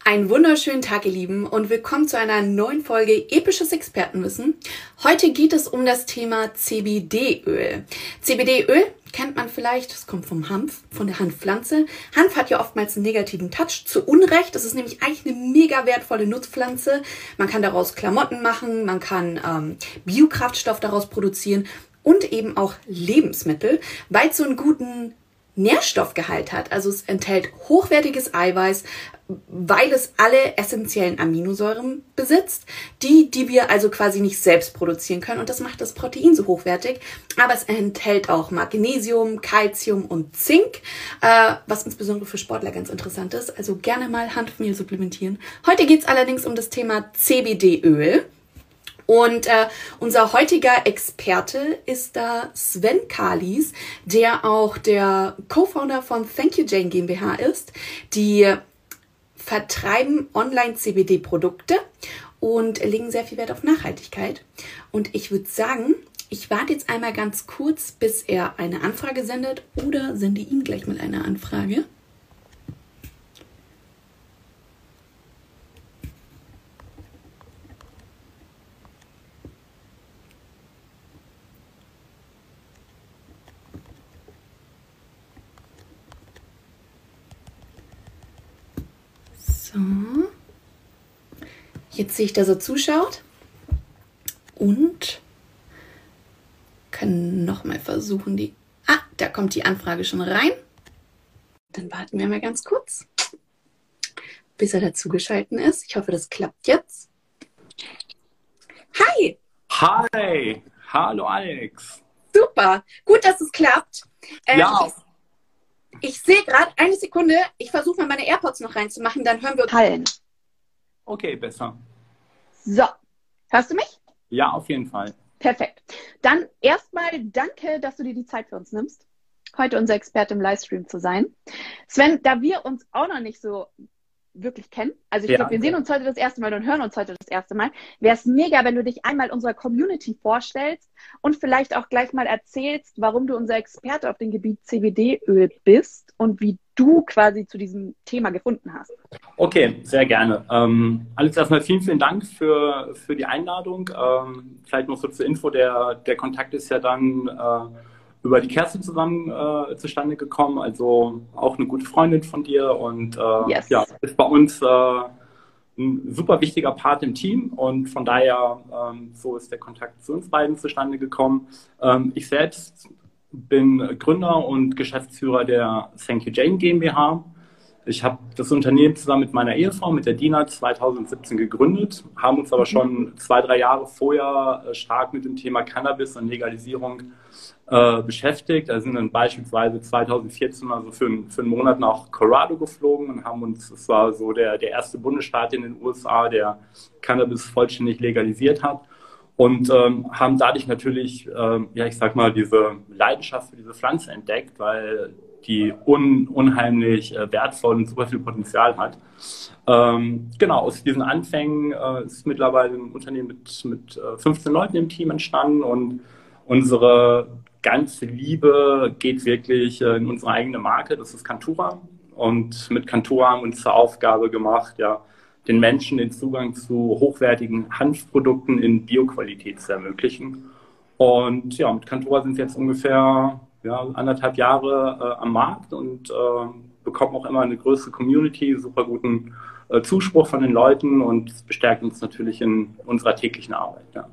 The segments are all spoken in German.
Einen wunderschönen Tag, ihr Lieben, und willkommen zu einer neuen Folge Episches Expertenwissen. Heute geht es um das Thema CBD-Öl. CBD-Öl kennt man vielleicht, das kommt vom Hanf, von der Hanfpflanze. Hanf hat ja oftmals einen negativen Touch, zu Unrecht. Das ist nämlich eigentlich eine mega wertvolle Nutzpflanze. Man kann daraus Klamotten machen, man kann Biokraftstoff daraus produzieren und eben auch Lebensmittel, weil es so einen guten Nährstoffgehalt hat. Also es enthält hochwertiges Eiweiß, weil es alle essentiellen Aminosäuren besitzt, die wir also quasi nicht selbst produzieren können. Und das macht das Protein so hochwertig. Aber es enthält auch Magnesium, Calcium und Zink, was insbesondere für Sportler ganz interessant ist. Also gerne mal Hanfmehl supplementieren. Heute geht es allerdings um das Thema CBD-Öl. Und unser heutiger Experte ist da Sven Kalis, der auch der Co-Founder von Thank You Jane GmbH ist. Die vertreiben Online-CBD-Produkte und legen sehr viel Wert auf Nachhaltigkeit. Und ich würde sagen, ich warte jetzt einmal ganz kurz, bis er eine Anfrage sendet, oder sende ihm gleich mal eine Anfrage. So. Jetzt sehe ich, dass er zuschaut. Und können nochmal versuchen, da kommt die Anfrage schon rein. Dann warten wir mal ganz kurz, bis er dazugeschaltet ist. Ich hoffe, das klappt jetzt. Hi! Hi! Hallo Alex! Super! Gut, dass es klappt. Ja. Ich sehe gerade, eine Sekunde, ich versuche mal meine AirPods noch reinzumachen, dann hören wir uns. Hallen. Okay, besser. So, hörst du mich? Ja, auf jeden Fall. Perfekt. Dann erstmal danke, dass du dir die Zeit für uns nimmst, heute unser Experte im Livestream zu sein. Sven, da wir uns auch noch nicht so wirklich kennen, also ich glaube, wir sehen uns heute das erste Mal und hören uns heute das erste Mal, wäre es mega, wenn du dich einmal unserer Community vorstellst und vielleicht auch gleich mal erzählst, warum du unser Experte auf dem Gebiet CBD-Öl bist und wie du quasi zu diesem Thema gefunden hast. Okay, sehr gerne. Alex, erstmal vielen Dank für die Einladung. Vielleicht noch so zur Info, der Kontakt ist ja dann über die Kerstin zustande gekommen, also auch eine gute Freundin von dir und Yes. Ja, ist bei uns ein super wichtiger Part im Team und von daher so ist der Kontakt zu uns beiden zustande gekommen. Ich selbst bin Gründer und Geschäftsführer der Thank You Jane GmbH. Ich habe das Unternehmen zusammen mit meiner Ehefrau, mit der Dina, 2017 gegründet, haben uns aber schon 2-3 Jahre vorher stark mit dem Thema Cannabis und Legalisierung beschäftigt. Da sind dann beispielsweise 2014 also für einen Monat nach Colorado geflogen und haben uns, das war so der erste Bundesstaat in den USA, der Cannabis vollständig legalisiert hat. Und haben dadurch natürlich, ja, ich sag mal, diese Leidenschaft für diese Pflanze entdeckt, weil die unheimlich wertvoll und super viel Potenzial hat. Genau, aus diesen Anfängen ist mittlerweile ein Unternehmen mit 15 Leuten im Team entstanden und unsere ganze Liebe geht wirklich in unsere eigene Marke, das ist Cantura. Und mit Cantura haben wir uns zur Aufgabe gemacht, ja, den Menschen den Zugang zu hochwertigen Hanfprodukten in Bioqualität zu ermöglichen. Und ja, mit Cantura sind wir jetzt ungefähr 1,5 Jahre am Markt und bekommen auch immer eine größere Community, super guten Zuspruch von den Leuten und es bestärkt uns natürlich in unserer täglichen Arbeit. Ja.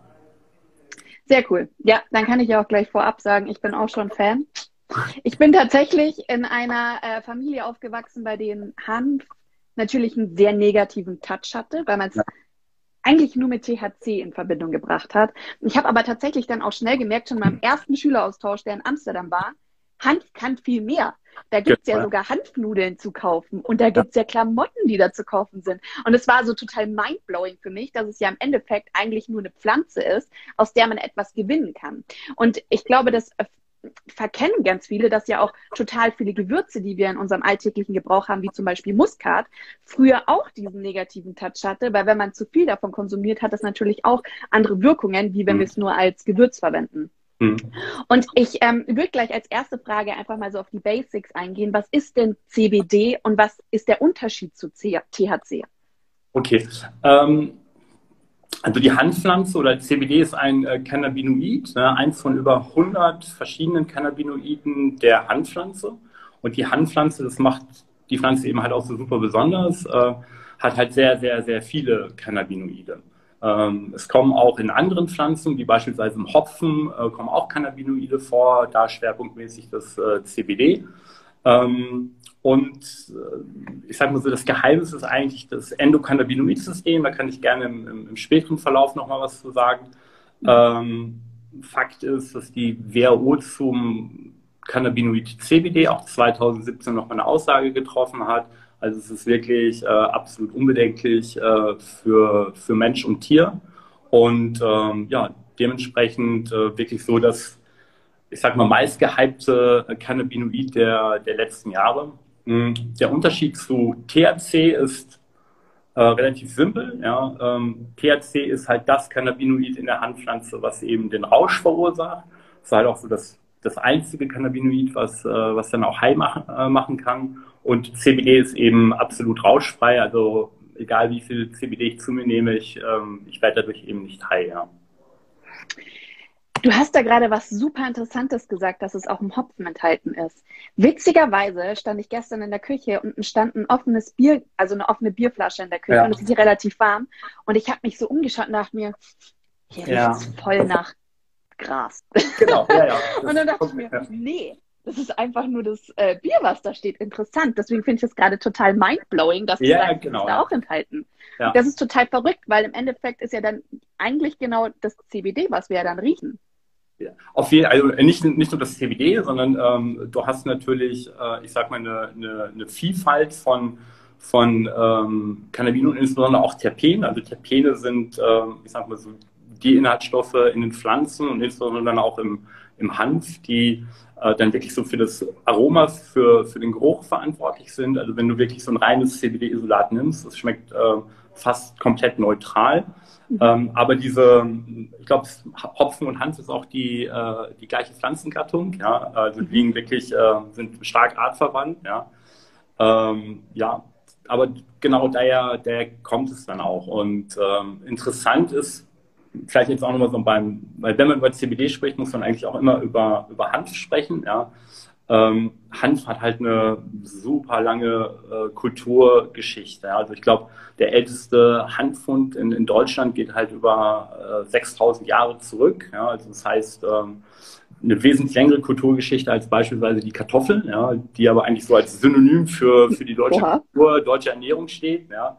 Sehr cool. Ja, dann kann ich ja auch gleich vorab sagen, ich bin auch schon Fan. Ich bin tatsächlich in einer Familie aufgewachsen, bei denen Hanf natürlich einen sehr negativen Touch hatte, weil man es eigentlich nur mit THC in Verbindung gebracht hat. Ich habe aber tatsächlich dann auch schnell gemerkt, schon in meinem ersten Schüleraustausch, der in Amsterdam war, Hanf kann viel mehr. Da gibt es ja sogar Hanfnudeln zu kaufen und da gibt es ja Klamotten, die da zu kaufen sind. Und es war so total mindblowing für mich, dass es ja im Endeffekt eigentlich nur eine Pflanze ist, aus der man etwas gewinnen kann. Und ich glaube, das verkennen ganz viele, dass ja auch total viele Gewürze, die wir in unserem alltäglichen Gebrauch haben, wie zum Beispiel Muskat, früher auch diesen negativen Touch hatte, weil wenn man zu viel davon konsumiert, hat das natürlich auch andere Wirkungen, wie wenn wir es nur als Gewürz verwenden. Und ich würde gleich als erste Frage einfach mal so auf die Basics eingehen. Was ist denn CBD und was ist der Unterschied zu THC? Okay. Also die Hanfpflanze oder CBD ist ein Cannabinoid, ne, eins von über 100 verschiedenen Cannabinoiden der Hanfpflanze. Und die Hanfpflanze, das macht die Pflanze eben halt auch so super besonders, hat halt sehr, sehr, sehr viele Cannabinoide. Es kommen auch in anderen Pflanzen, wie beispielsweise im Hopfen, kommen auch Cannabinoide vor, da schwerpunktmäßig das CBD. Ich sage mal so, das Geheimnis ist eigentlich das Endokannabinoid-System. Da kann ich gerne im späteren Verlauf nochmal was zu sagen. Fakt ist, dass die WHO zum Cannabinoid CBD auch 2017 nochmal eine Aussage getroffen hat. Also es ist wirklich absolut unbedenklich für Mensch und Tier. Und ja, dementsprechend wirklich so, dass ich sag mal, meistgehypte Cannabinoid der letzten Jahre. Der Unterschied zu THC ist relativ simpel. Ja. THC ist halt das Cannabinoid in der Hanfpflanze, was eben den Rausch verursacht. Das ist halt auch so das einzige Cannabinoid, was dann auch high machen kann. Und CBD ist eben absolut rauschfrei. Also egal wie viel CBD ich zu mir nehme, ich werde dadurch eben nicht high. Ja. Du hast da gerade was super Interessantes gesagt, dass es auch im Hopfen enthalten ist. Witzigerweise stand ich gestern in der Küche und stand ein offenes Bier, also eine offene Bierflasche in der Küche, und es ist hier relativ warm. Und ich habe mich so umgeschaut und dachte mir, hier riecht es voll nach Gras. Genau, ja. Und dann dachte ich mir, nee, das ist einfach nur das Bier, was da steht. Interessant. Deswegen finde ich es gerade total mindblowing, dass das ist da auch enthalten. Ja. Das ist total verrückt, weil im Endeffekt ist ja dann eigentlich genau das CBD, was wir ja dann riechen. Ja, auf jeden Fall, also nicht nur das CBD, sondern du hast natürlich, ich sag mal, eine Vielfalt von Cannabinoiden, insbesondere auch Terpene. Also Terpene sind, ich sag mal so, die Inhaltsstoffe in den Pflanzen und insbesondere dann auch im Hanf, die dann wirklich so für das Aroma, für den Geruch verantwortlich sind. Also wenn du wirklich so ein reines CBD-Isolat nimmst, das schmeckt fast komplett neutral. Aber ich glaube, Hopfen und Hanf ist auch die gleiche Pflanzengattung. Ja? Also die liegen wirklich, sind stark artverwandt. Ja? Ja, aber genau daher kommt es dann auch. Und interessant ist, vielleicht jetzt auch nochmal so weil wenn man über CBD spricht, muss man eigentlich auch immer über Hanf sprechen. Ja? Hanf hat halt eine super lange Kulturgeschichte. Ja? Also ich glaube, der älteste Hanffund in Deutschland geht halt über 6000 Jahre zurück. Ja? Also das heißt, eine wesentlich längere Kulturgeschichte als beispielsweise die Kartoffel, ja? Die aber eigentlich so als Synonym für die deutsche Kultur, deutsche Ernährung steht. Ja?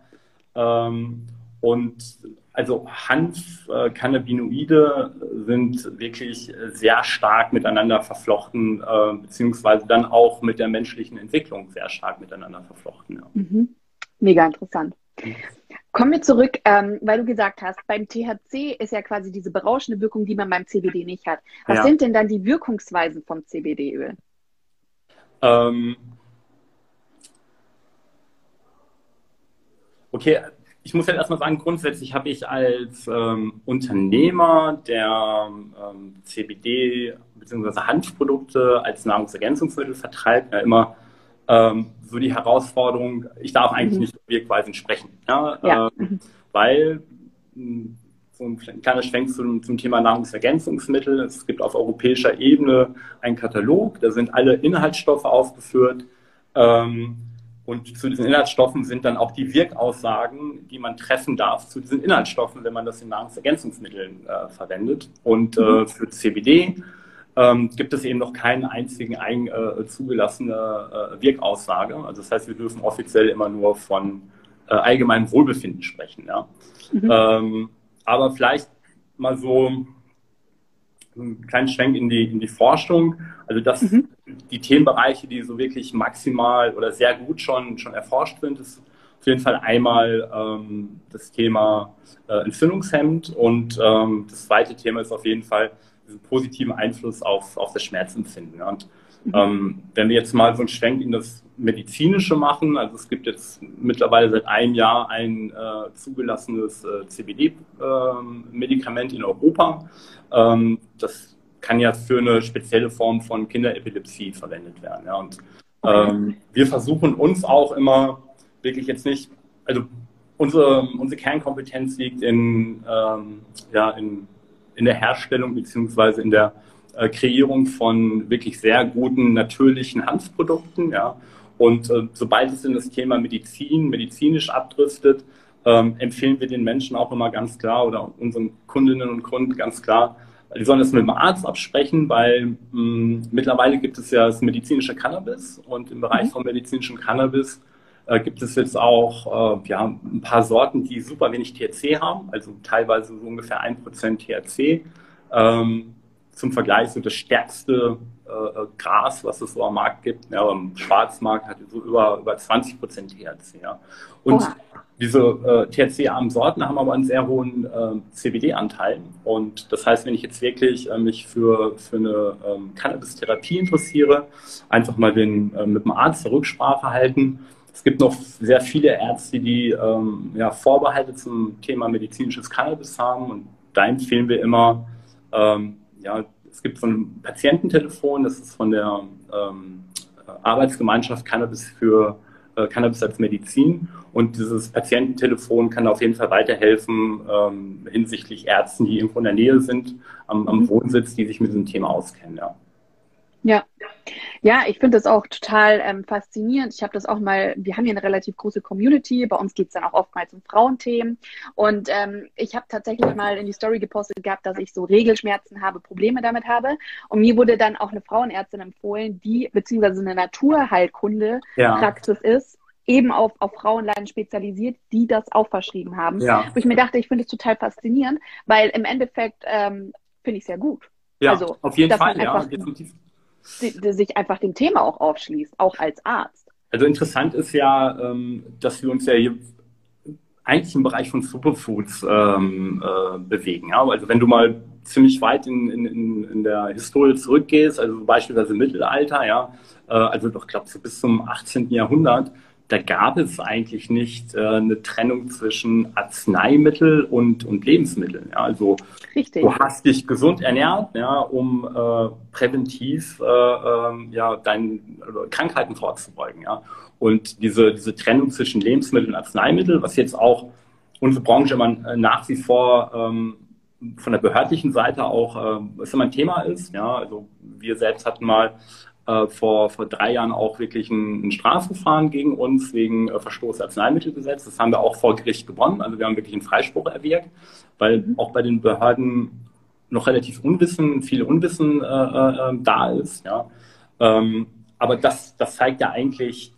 Und also Hanf, Cannabinoide sind wirklich sehr stark miteinander verflochten, beziehungsweise dann auch mit der menschlichen Entwicklung sehr stark miteinander verflochten. Ja. Mhm. Mega interessant. Kommen wir zurück, weil du gesagt hast, beim THC ist ja quasi diese berauschende Wirkung, die man beim CBD nicht hat. Was sind denn dann die Wirkungsweisen vom CBD-Öl? Okay, ich muss jetzt erstmal sagen, grundsätzlich habe ich als Unternehmer, der CBD bzw. Hanfprodukte als Nahrungsergänzungsmittel vertreibt, ja immer so die Herausforderung, ich darf eigentlich nicht über Wirkweisen sprechen. Ja? Weil so ein kleiner Schwenk zum Thema Nahrungsergänzungsmittel. Es gibt auf europäischer Ebene einen Katalog, da sind alle Inhaltsstoffe aufgeführt. Und zu diesen Inhaltsstoffen sind dann auch die Wirkaussagen, die man treffen darf zu diesen Inhaltsstoffen, wenn man das in Nahrungsergänzungsmitteln verwendet. Und für CBD gibt es eben noch keinen einzigen zugelassene Wirkaussage. Also das heißt, wir dürfen offiziell immer nur von allgemeinem Wohlbefinden sprechen. Ja? Aber vielleicht mal so einen kleinen Schwenk in die Forschung. Also die Themenbereiche, die so wirklich maximal oder sehr gut schon erforscht sind, ist auf jeden Fall einmal das Thema entzündungshemmend und das zweite Thema ist auf jeden Fall diesen positiven Einfluss auf das Schmerzempfinden. Ja. Und wenn wir jetzt mal so einen Schwenk in das Medizinische machen, also es gibt jetzt mittlerweile seit einem Jahr ein zugelassenes CBD-Medikament in Europa. Das kann ja für eine spezielle Form von Kinderepilepsie verwendet werden. Ja. Und wir versuchen uns auch immer wirklich jetzt nicht, also unsere Kernkompetenz liegt in der Herstellung beziehungsweise in der Kreierung von wirklich sehr guten natürlichen Hanfprodukten. Ja. Und sobald es in das Thema medizinisch abdriftet, empfehlen wir den Menschen auch immer ganz klar oder unseren Kundinnen und Kunden ganz klar, die sollen das mit dem Arzt absprechen, weil mittlerweile gibt es ja das medizinische Cannabis und im Bereich von medizinischem Cannabis gibt es jetzt auch ein paar Sorten, die super wenig THC haben, also teilweise so ungefähr 1% THC. Zum Vergleich so das stärkste Gras, was es so am Markt gibt, ja, im Schwarzmarkt hat so über 20% THC. Ja. Und diese THC-armen Sorten haben aber einen sehr hohen CBD-Anteil. Und das heißt, wenn ich jetzt wirklich mich für eine Cannabis-Therapie interessiere, einfach mal mit dem Arzt eine Rücksprache halten. Es gibt noch sehr viele Ärzte, die Vorbehalte zum Thema medizinisches Cannabis haben. Und da empfehlen wir immer, es gibt so ein Patiententelefon, das ist von der Arbeitsgemeinschaft Cannabis Cannabis als Medizin. Und dieses Patiententelefon kann auf jeden Fall weiterhelfen hinsichtlich Ärzten, die irgendwo in der Nähe sind, am Wohnsitz, die sich mit diesem Thema auskennen. Ja. Ja, ich finde das auch total faszinierend. Ich habe das auch mal, wir haben hier eine relativ große Community, bei uns geht es dann auch oftmals um Frauenthemen und ich habe tatsächlich mal in die Story gepostet gehabt, dass ich so Regelschmerzen habe, Probleme damit habe und mir wurde dann auch eine Frauenärztin empfohlen, die beziehungsweise eine Naturheilkunde-Praxis ist, eben auf Frauenleiden spezialisiert, die das auch verschrieben haben. Ja. Wo ich mir dachte, ich finde es total faszinierend, weil im Endeffekt finde ich es ja gut. Ja, also, auf jeden Fall, ja, definitiv. Sich einfach dem Thema auch aufschließt, auch als Arzt. Also interessant ist ja, dass wir uns ja hier eigentlich im Bereich von Superfoods bewegen. Ja? Also wenn du mal ziemlich weit in der Historie zurückgehst, also beispielsweise im Mittelalter, ja, also doch, glaube ich, so bis zum 18. Jahrhundert, da gab es eigentlich nicht eine Trennung zwischen Arzneimittel und Lebensmitteln. Ja? Also richtig. Du hast dich gesund ernährt, ja, um präventiv deine Krankheiten vorzubeugen. Ja? Und diese Trennung zwischen Lebensmitteln und Arzneimitteln, was jetzt auch unsere Branche immer nach wie vor von der behördlichen Seite auch was immer ein Thema ist. Ja? Also wir selbst hatten mal vor 3 Jahren auch wirklich ein Strafverfahren gegen uns wegen Verstoß Arzneimittelgesetz. Das haben wir auch vor Gericht gewonnen. Also wir haben wirklich einen Freispruch erwirkt, weil auch bei den Behörden noch relativ viel Unwissen da ist. Ja. Aber das zeigt ja eigentlich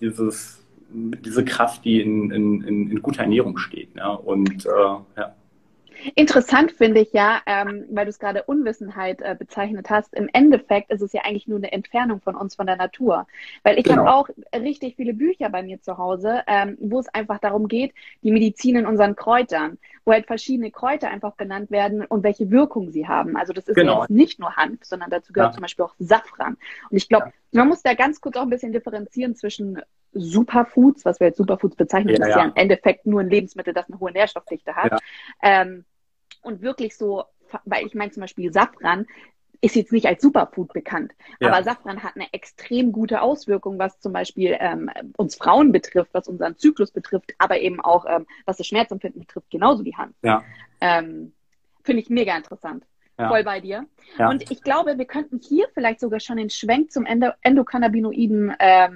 diese Kraft, die in guter Ernährung steht. Ja. Und ja. Interessant finde ich ja, weil du es gerade Unwissenheit bezeichnet hast, im Endeffekt ist es ja eigentlich nur eine Entfernung von uns, von der Natur. Weil ich habe auch richtig viele Bücher bei mir zu Hause, wo es einfach darum geht, die Medizin in unseren Kräutern, wo halt verschiedene Kräuter einfach benannt werden und welche Wirkung sie haben. Also das ist jetzt nicht nur Hanf, sondern dazu gehört zum Beispiel auch Safran. Und ich glaube, man muss da ganz kurz auch ein bisschen differenzieren zwischen Superfoods, was wir als Superfoods bezeichnen, das ist ja im Endeffekt nur ein Lebensmittel, das eine hohe Nährstoffdichte hat. Und wirklich so, weil ich meine zum Beispiel Safran ist jetzt nicht als Superfood bekannt, aber Safran hat eine extrem gute Auswirkung, was zum Beispiel uns Frauen betrifft, was unseren Zyklus betrifft, aber eben auch was das Schmerzempfinden betrifft, genauso wie Hanf. Finde ich mega interessant. Voll bei dir. Und ich glaube, wir könnten hier vielleicht sogar schon den Schwenk zum endogenen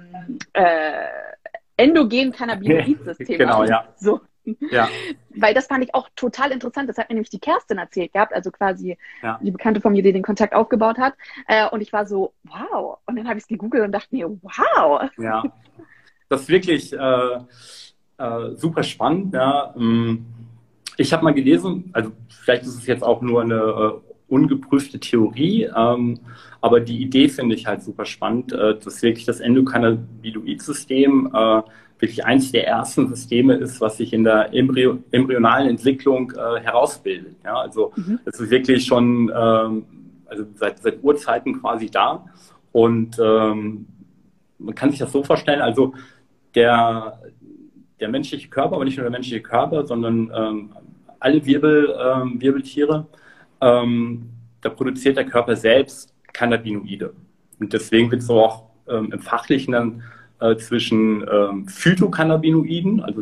Cannabinoid-System machen. So. Ja. Weil das fand ich auch total interessant. Das hat mir nämlich die Kerstin erzählt gehabt, also quasi die Bekannte von mir, die den Kontakt aufgebaut hat. Und ich war so, wow. Und dann habe ich es gegoogelt und dachte mir, wow. Ja, das ist wirklich super spannend. Ja. Ich habe mal gelesen, also vielleicht ist es jetzt auch nur eine ungeprüfte Theorie, aber die Idee finde ich halt super spannend, dass wirklich das Endokannabinoid-System wirklich eines der ersten Systeme ist, was sich in der embryonalen Entwicklung herausbildet. Ja, also es ist wirklich schon seit Urzeiten quasi da. Und man kann sich das so vorstellen, also der menschliche Körper, aber nicht nur der menschliche Körper, sondern alle Wirbeltiere, da produziert der Körper selbst Cannabinoide. Und deswegen wird es auch im Fachlichen dann zwischen Phytocannabinoiden, also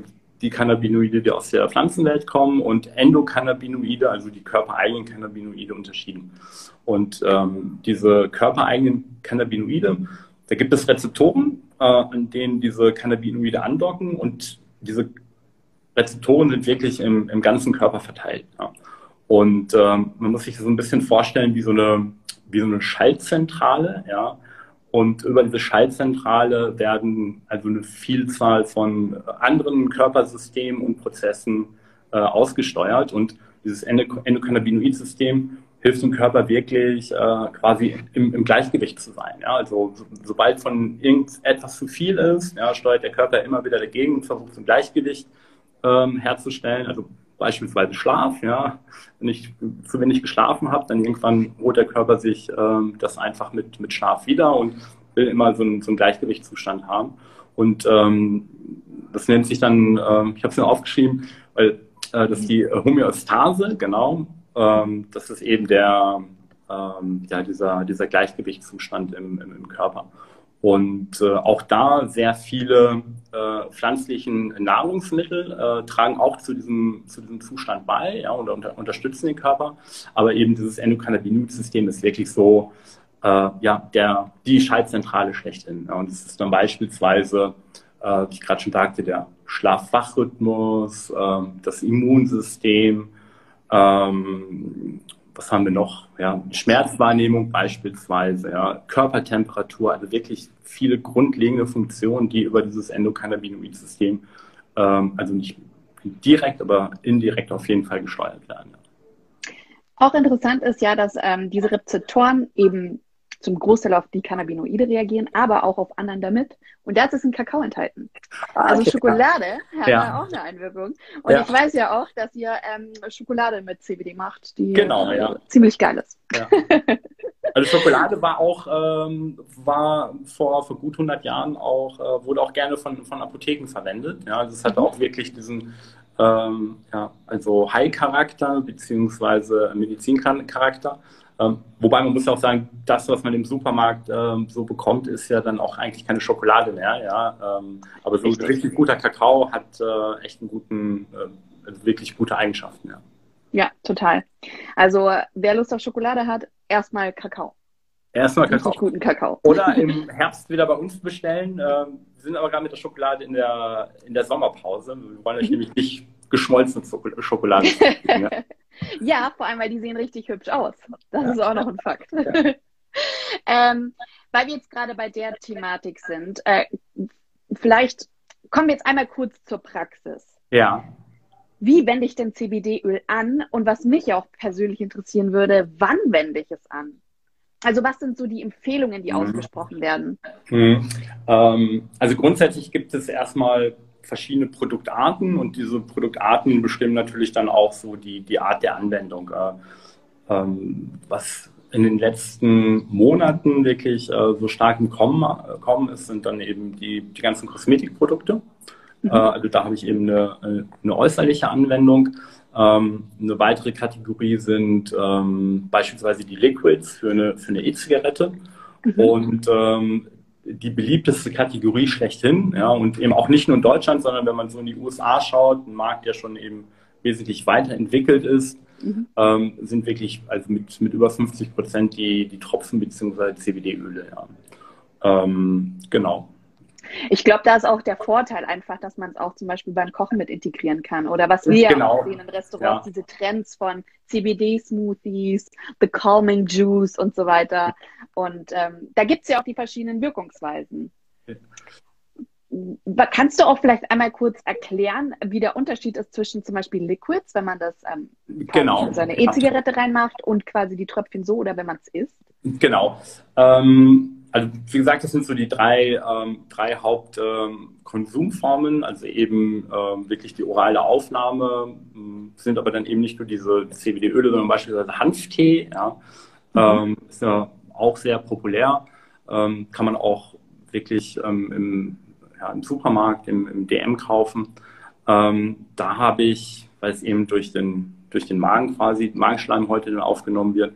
die Cannabinoide, die aus der Pflanzenwelt kommen, und Endokannabinoide, also die körpereigenen Cannabinoide, unterschieden. Und diese körpereigenen Cannabinoide, da gibt es Rezeptoren, an denen diese Cannabinoide andocken, und diese Rezeptoren sind wirklich im ganzen Körper verteilt. Ja. Und man muss sich das so ein bisschen vorstellen wie so eine Schaltzentrale, ja. Und über diese Schaltzentrale werden also eine Vielzahl von anderen Körpersystemen und Prozessen ausgesteuert. Und dieses Endokannabinoid-System hilft dem Körper wirklich quasi im Gleichgewicht zu sein. Ja? Also sobald von irgendetwas zu viel ist, ja, steuert der Körper immer wieder dagegen und versucht, ein Gleichgewicht herzustellen. Also beispielsweise Schlaf. Ja? Wenn ich zu wenig geschlafen habe, dann irgendwann holt der Körper sich das einfach mit Schlaf wieder und will immer so einen Gleichgewichtszustand haben. Und das nennt sich dann, ich habe es mir aufgeschrieben, weil das ist die Homöostase, genau. Das ist eben dieser Gleichgewichtszustand im Körper. Und auch da sehr viele pflanzlichen Nahrungsmittel tragen auch zu diesem Zustand bei, ja, und unterstützen den Körper. Aber eben dieses Endokannabinoid-System ist wirklich so die Schaltzentrale schlechthin. Ja, und es ist dann beispielsweise, wie ich gerade schon sagte, der Schlaf-Wach-Rhythmus, das Immunsystem, was haben wir noch? Ja, Schmerzwahrnehmung beispielsweise, ja, Körpertemperatur, also wirklich viele grundlegende Funktionen, die über dieses Endokannabinoid-System, also nicht direkt, aber indirekt auf jeden Fall gesteuert werden. Ja. Auch interessant ist ja, dass diese Rezeptoren eben zum Großteil auf die Cannabinoide reagieren, aber auch auf anderen damit. Und da ist ein Kakao enthalten. Also Schokolade hat da auch eine Einwirkung. Und ich weiß ja auch, dass ihr Schokolade mit CBD macht, die ziemlich geil ist. Ja. Also Schokolade war vor gut 100 Jahren wurde auch gerne von Apotheken verwendet. Ja, also es hat auch wirklich diesen also Heilcharakter beziehungsweise Medizincharakter. Wobei man muss ja auch sagen, das, was man im Supermarkt so bekommt, ist ja dann auch eigentlich keine Schokolade mehr. Ja? Aber so ein richtig guter Kakao hat echt wirklich gute Eigenschaften. Ja. Ja, total. Also wer Lust auf Schokolade hat, erstmal Kakao. Erstmal Kakao. Richtig guten Kakao. Oder im Herbst wieder bei uns bestellen. Wir sind aber gerade mit der Schokolade in der Sommerpause. Wir wollen euch nämlich nicht geschmolzene Schokolade geben, ja? Ja, vor allem, weil die sehen richtig hübsch aus. Das ist auch noch ein Fakt. Ja. Weil wir jetzt gerade bei der Thematik sind, vielleicht kommen wir jetzt einmal kurz zur Praxis. Ja. Wie wende ich denn CBD-Öl an? Und was mich auch persönlich interessieren würde, wann wende ich es an? Also was sind so die Empfehlungen, die ausgesprochen werden? Also grundsätzlich gibt es erstmal verschiedene Produktarten, und diese Produktarten bestimmen natürlich dann auch so die Art der Anwendung. Was in den letzten Monaten wirklich so stark im Kommen ist, sind dann eben die ganzen Kosmetikprodukte. Also da habe ich eben eine äußerliche Anwendung. Eine weitere Kategorie sind beispielsweise die Liquids für eine E-Zigarette. Und die beliebteste Kategorie schlechthin, ja, und eben auch nicht nur in Deutschland, sondern wenn man so in die USA schaut, ein Markt, der schon eben wesentlich weiterentwickelt ist, sind wirklich also mit über 50% die Tropfen bzw. CBD-Öle. Ja. Genau. Ich glaube, da ist auch der Vorteil einfach, dass man es auch zum Beispiel beim Kochen mit integrieren kann. Oder was wir ja auch sehen in Restaurants, diese Trends von CBD-Smoothies, The Calming Juice und so weiter. Und da gibt es ja auch die verschiedenen Wirkungsweisen. Kannst du auch vielleicht einmal kurz erklären, wie der Unterschied ist zwischen zum Beispiel Liquids, wenn man das in seine E-Zigarette reinmacht, und quasi die Tröpfchen so, oder wenn man es isst? Genau. Also wie gesagt, das sind so die drei Hauptkonsumformen, also eben wirklich die orale Aufnahme, sind aber dann eben nicht nur diese CBD-Öle, sondern beispielsweise Hanftee, ja, ist ja auch sehr populär, kann man auch wirklich im Supermarkt, im DM kaufen. Da habe ich, weil es eben durch den Magen quasi, Magenschleimhäute dann aufgenommen wird,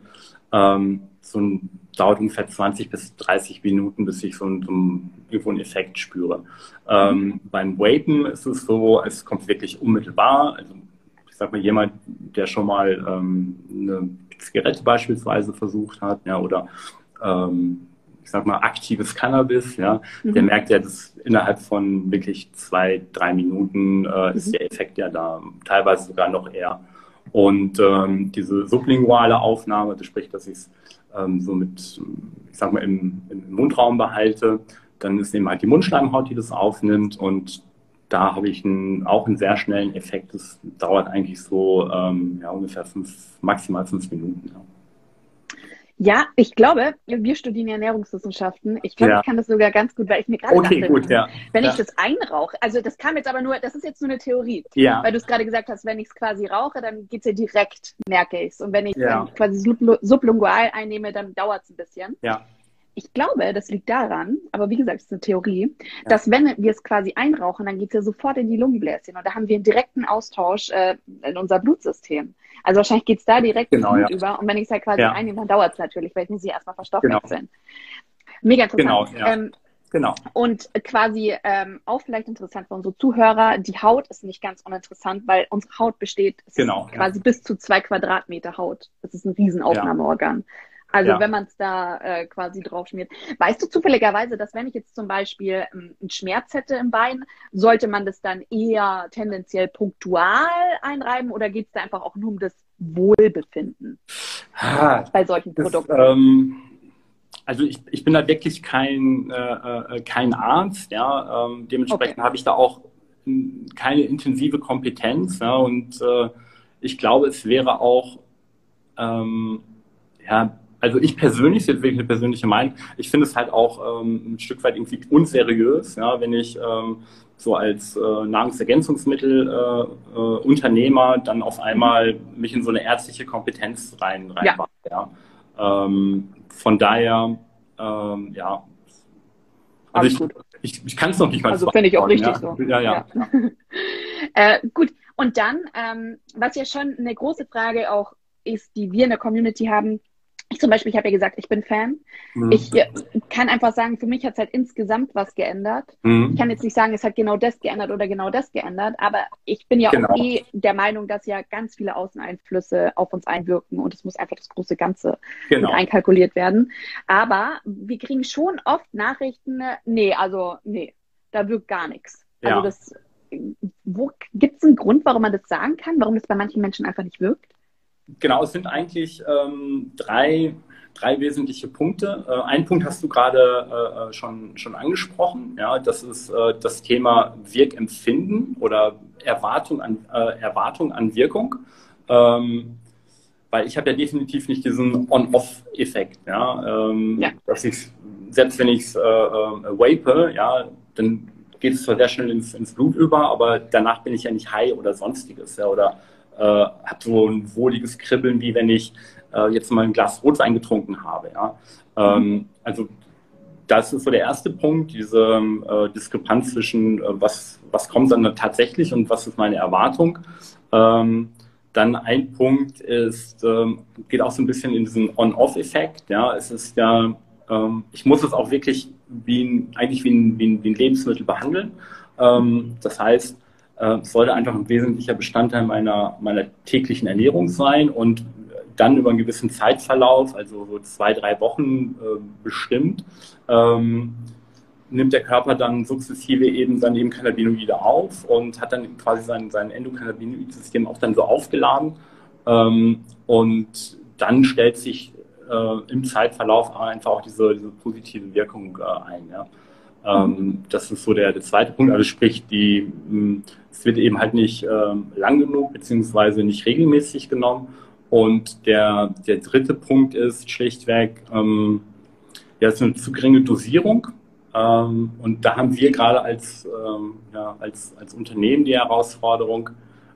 Dauert ungefähr 20 bis 30 Minuten, bis ich irgendwo einen Effekt spüre. Beim Vapen ist es so, es kommt wirklich unmittelbar. Also ich sag mal, jemand, der schon mal eine Zigarette beispielsweise versucht hat, ja, oder ich sag mal aktives Cannabis, ja, der merkt ja, dass innerhalb von wirklich 2, 3 Minuten ist der Effekt ja da, teilweise sogar noch eher. Und diese sublinguale Aufnahme, das spricht, dass ich es so mit, ich sag mal, im Mundraum behalte, dann ist eben halt die Mundschleimhaut, die das aufnimmt, und da habe ich auch einen sehr schnellen Effekt. Das dauert eigentlich so ja, ungefähr maximal 5 Minuten. Ja. Ja, ich glaube, wir studieren Ernährungswissenschaften. Ich glaube, ich kann das sogar ganz gut, weil ich mir gerade dachte, gut, ja. wenn ich das einrauche, also das kam jetzt aber nur, das ist jetzt nur eine Theorie, weil du es gerade gesagt hast, wenn ich es quasi rauche, dann geht's ja direkt, merke ich es. Und wenn ich es quasi sublingual einnehme, dann dauert es ein bisschen. Ja. Ich glaube, das liegt daran, aber wie gesagt, es ist eine Theorie, dass wenn wir es quasi einrauchen, dann geht es ja sofort in die Lungenbläschen und da haben wir einen direkten Austausch in unser Blutsystem. Also wahrscheinlich geht es da direkt ins Blut über, und wenn ich es halt quasi einnehme, dann dauert es natürlich, weil ich muss sie erstmal verstoffwechseln. Mega interessant. Genau. Und quasi auch vielleicht interessant für unsere Zuhörer, die Haut ist nicht ganz uninteressant, weil unsere Haut besteht quasi bis zu 2 Quadratmeter Haut. Das ist ein Riesenaufnahmeorgan. Also wenn man es da quasi drauf schmiert. Weißt du zufälligerweise, dass wenn ich jetzt zum Beispiel einen Schmerz hätte im Bein, sollte man das dann eher tendenziell punktual einreiben, oder geht es da einfach auch nur um das Wohlbefinden bei solchen Produkten? Also ich bin da wirklich kein Arzt, ja. Dementsprechend habe ich da auch keine intensive Kompetenz, ja, und ich glaube, es wäre auch also ich persönlich, ist jetzt wirklich eine persönliche Meinung, ich finde es halt auch ein Stück weit irgendwie unseriös, ja, wenn ich so als Nahrungsergänzungsmittel Unternehmer dann auf einmal mich in so eine ärztliche Kompetenz reinmache. Ja. Von daher, ja. Also ich kann es noch nicht mal Also finde ich auch richtig so. Ja. Gut, und dann, was ja schon eine große Frage auch ist, die wir in der Community haben. Ich zum Beispiel, ich habe ja gesagt, ich bin Fan. Ich kann einfach sagen, für mich hat es halt insgesamt was geändert. Ich kann jetzt nicht sagen, es hat genau das geändert oder genau das geändert, aber ich bin ja auch der Meinung, dass ja ganz viele Außeneinflüsse auf uns einwirken und es muss einfach das große Gibt einkalkuliert werden. Aber wir kriegen schon oft Nachrichten, nee, da wirkt gar nichts. Ja. Also gibt es einen Grund, warum man das sagen kann, warum das bei manchen Menschen einfach nicht wirkt? Genau, es sind eigentlich drei wesentliche Punkte. Einen Punkt hast du gerade schon angesprochen. Ja, das ist das Thema Wirkempfinden oder Erwartung an Wirkung. Weil ich habe ja definitiv nicht diesen On-Off-Effekt. Ja, dass ich, selbst wenn ich es vape, ja, dann geht es zwar sehr schnell ins Blut über, aber danach bin ich ja nicht high oder sonstiges. Ja, oder habe so ein wohliges Kribbeln, wie wenn ich jetzt mal ein Glas Rotwein getrunken habe. Ja? Also das ist so der erste Punkt, diese Diskrepanz zwischen was kommt dann tatsächlich und was ist meine Erwartung. Dann ein Punkt ist, geht auch so ein bisschen in diesen On-Off-Effekt. Ja? Es ist ja, ich muss es auch wirklich eigentlich wie ein Lebensmittel behandeln. Das heißt, es sollte einfach ein wesentlicher Bestandteil meiner täglichen Ernährung sein und dann über einen gewissen Zeitverlauf, also so 2, 3 Wochen bestimmt, nimmt der Körper dann sukzessive eben dann eben Cannabinoide auf und hat dann quasi sein Endokannabinoid-System auch dann so aufgeladen. Und dann stellt sich im Zeitverlauf einfach auch diese positive Wirkung ein. Ja. Das ist so der zweite Punkt. Also sprich, es wird eben halt nicht lang genug beziehungsweise nicht regelmäßig genommen. Und der dritte Punkt ist schlichtweg, es ist eine zu geringe Dosierung. Und da haben wir gerade als Unternehmen die Herausforderung,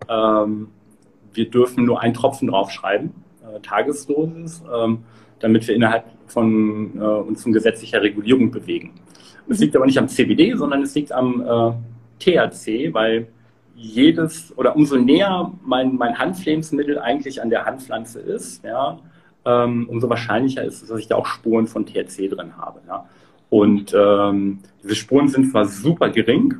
wir dürfen nur einen Tropfen draufschreiben, Tagesdosis, damit wir innerhalb von uns in gesetzlicher Regulierung bewegen. Es liegt aber nicht am CBD, sondern es liegt am THC, weil umso näher mein Hanflebensmittel eigentlich an der Hanfpflanze ist, ja, umso wahrscheinlicher ist es, dass ich da auch Spuren von THC drin habe. Ja? Und diese Spuren sind zwar super gering,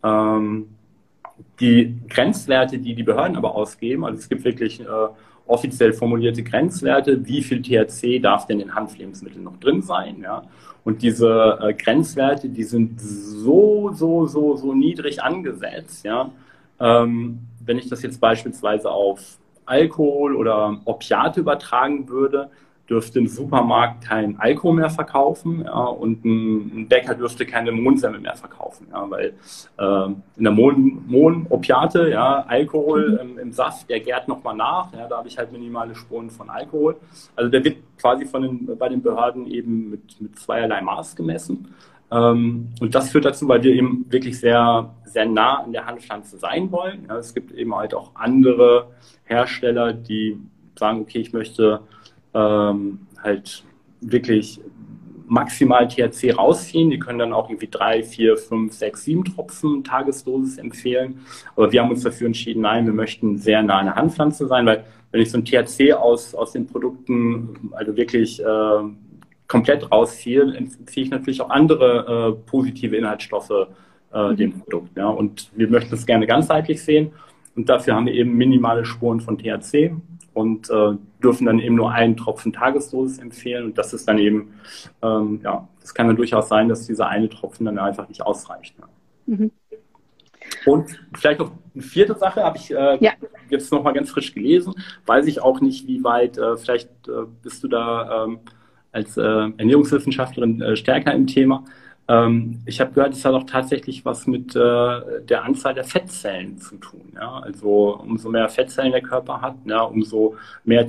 die Grenzwerte, die die Behörden aber ausgeben, also es gibt wirklich offiziell formulierte Grenzwerte, wie viel THC darf denn in Hanflebensmitteln noch drin sein. Ja? Und diese Grenzwerte, die sind so niedrig angesetzt. Ja? Wenn ich das jetzt beispielsweise auf Alkohol oder Opiate übertragen würde, dürfte ein Supermarkt kein Alkohol mehr verkaufen, ja, und ein Bäcker dürfte keine Mondsemmel mehr verkaufen, ja, weil in der Opiate, ja, Alkohol im Saft, der gärt nochmal nach, ja, da habe ich halt minimale Spuren von Alkohol. Also der wird quasi bei den Behörden eben mit zweierlei Maß gemessen. Und das führt dazu, weil wir eben wirklich sehr, sehr nah an der Hanfpflanze sein wollen. Ja, es gibt eben halt auch andere Hersteller, die sagen, okay, ich möchte halt wirklich maximal THC rausziehen. Die können dann auch irgendwie 3, 4, 5, 6, 7 Tropfen Tagesdosis empfehlen. Aber wir haben uns dafür entschieden, nein, wir möchten sehr nah an der Hanfpflanze sein, weil wenn ich so ein THC aus den Produkten also wirklich komplett rausziehe, entziehe ich natürlich auch andere positive Inhaltsstoffe dem Produkt. Ja? Und wir möchten es gerne ganzheitlich sehen. Und dafür haben wir eben minimale Spuren von THC und dürfen dann eben nur einen Tropfen Tagesdosis empfehlen. Und das ist dann eben, ja, das kann dann durchaus sein, dass dieser eine Tropfen dann einfach nicht ausreicht. Ne? Und vielleicht noch eine vierte Sache, habe ich jetzt nochmal ganz frisch gelesen, weiß ich auch nicht, wie weit, vielleicht bist du da als Ernährungswissenschaftlerin stärker im Thema. Ich habe gehört, es hat auch tatsächlich was mit der Anzahl der Fettzellen zu tun. Ja? Also umso mehr Fettzellen der Körper hat, ja, umso mehr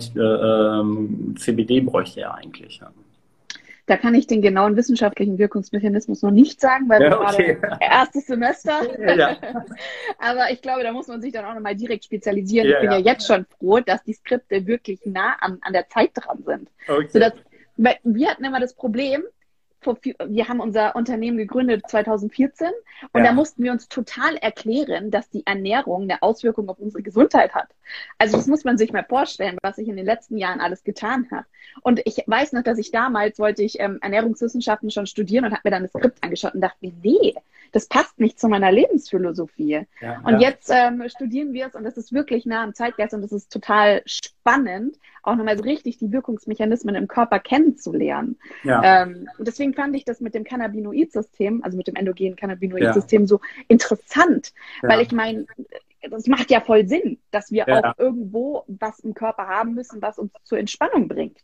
CBD bräuchte er eigentlich. Ja. Da kann ich den genauen wissenschaftlichen Wirkungsmechanismus noch nicht sagen, weil wir gerade erstes Semester. Ja. Aber ich glaube, da muss man sich dann auch nochmal direkt spezialisieren. Ich bin ja jetzt schon froh, dass die Skripte wirklich nah an der Zeit dran sind. Okay. Sodass, wir hatten immer das Problem, wir haben unser Unternehmen gegründet 2014 und da mussten wir uns total erklären, dass die Ernährung eine Auswirkung auf unsere Gesundheit hat. Also das muss man sich mal vorstellen, was sich in den letzten Jahren alles getan hat. Und ich weiß noch, dass ich damals wollte ich Ernährungswissenschaften schon studieren und habe mir dann das Skript angeschaut und dachte mir, nee, das passt nicht zu meiner Lebensphilosophie. Und jetzt studieren wir es und das ist wirklich nah am Zeitgeist und das ist total spannend, auch nochmal so richtig die Wirkungsmechanismen im Körper kennenzulernen. Und deswegen fand ich das mit dem Cannabinoid-System, also mit dem endogenen Cannabinoid-System so interessant, weil ich meine, das macht ja voll Sinn, dass wir auch irgendwo was im Körper haben müssen, was uns zur Entspannung bringt.